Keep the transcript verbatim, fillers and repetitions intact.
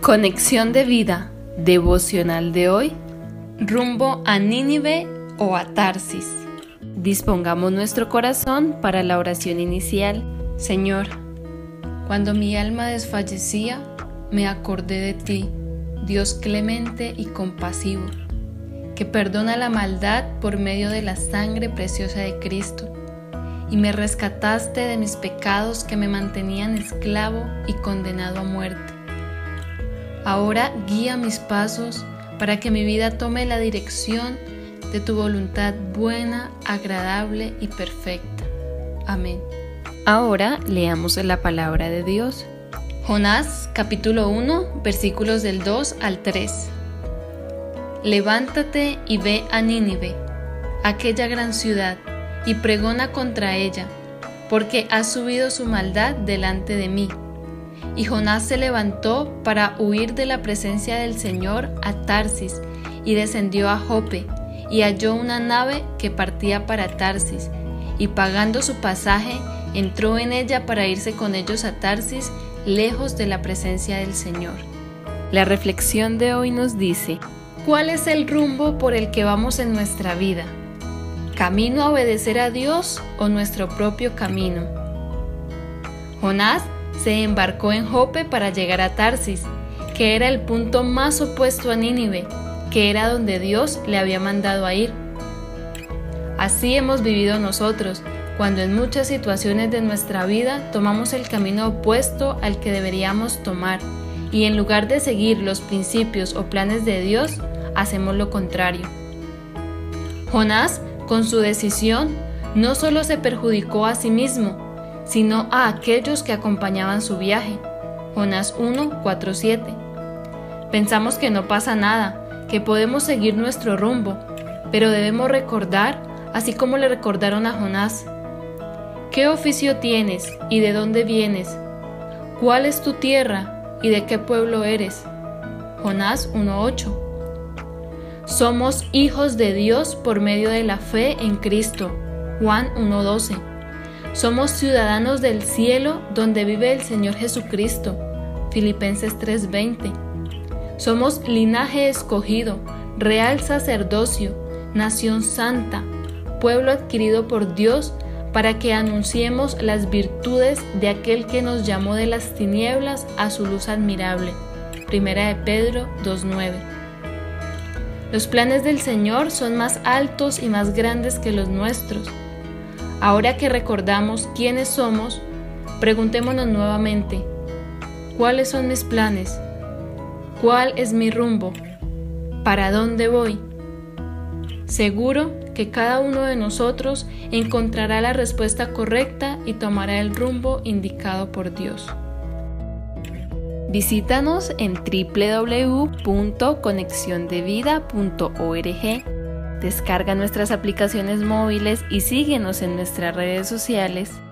Conexión de vida devocional de hoy, rumbo a Nínive o a Tarsis. Dispongamos nuestro corazón para la oración inicial. Señor, cuando mi alma desfallecía, me acordé de ti, Dios clemente y compasivo, que perdona la maldad por medio de la sangre preciosa de Cristo, y me rescataste de mis pecados que me mantenían esclavo y condenado a muerte. Ahora guía mis pasos para que mi vida tome la dirección de tu voluntad buena, agradable y perfecta. Amén. Ahora leamos la palabra de Dios. Jonás capítulo uno, versículos del dos al tres. Levántate y ve a Nínive, aquella gran ciudad, y pregona contra ella, porque ha subido su maldad delante de mí. Y Jonás se levantó para huir de la presencia del Señor a Tarsis, y descendió a Jope, y halló una nave que partía para Tarsis, y pagando su pasaje, entró en ella para irse con ellos a Tarsis, lejos de la presencia del Señor. La reflexión de hoy nos dice: ¿cuál es el rumbo por el que vamos en nuestra vida? ¿Camino a obedecer a Dios o nuestro propio camino? Jonás se embarcó en Jope para llegar a Tarsis, que era el punto más opuesto a Nínive, que era donde Dios le había mandado a ir. Así hemos vivido nosotros, cuando en muchas situaciones de nuestra vida tomamos el camino opuesto al que deberíamos tomar, y en lugar de seguir los principios o planes de Dios, hacemos lo contrario. Jonás, con su decisión, no solo se perjudicó a sí mismo, sino a aquellos que acompañaban su viaje. Jonás uno, cuatro, siete. Pensamos que no pasa nada, que podemos seguir nuestro rumbo, pero debemos recordar, así como le recordaron a Jonás: ¿qué oficio tienes y de dónde vienes? ¿Cuál es tu tierra y de qué pueblo eres? Jonás uno, ocho. Somos hijos de Dios por medio de la fe en Cristo. Juan uno, doce. Somos ciudadanos del cielo donde vive el Señor Jesucristo. Filipenses tres, veinte. Somos linaje escogido, real sacerdocio, nación santa, pueblo adquirido por Dios, para que anunciemos las virtudes de aquel que nos llamó de las tinieblas a su luz admirable. Primera de Pedro dos, nueve. Los planes del Señor son más altos y más grandes que los nuestros. Ahora que recordamos quiénes somos, preguntémonos nuevamente: ¿cuáles son mis planes? ¿Cuál es mi rumbo? ¿Para dónde voy? Seguro que cada uno de nosotros encontrará la respuesta correcta y tomará el rumbo indicado por Dios. Visítanos en doble u doble u doble u punto conexión de vida punto org. Descarga nuestras aplicaciones móviles y síguenos en nuestras redes sociales.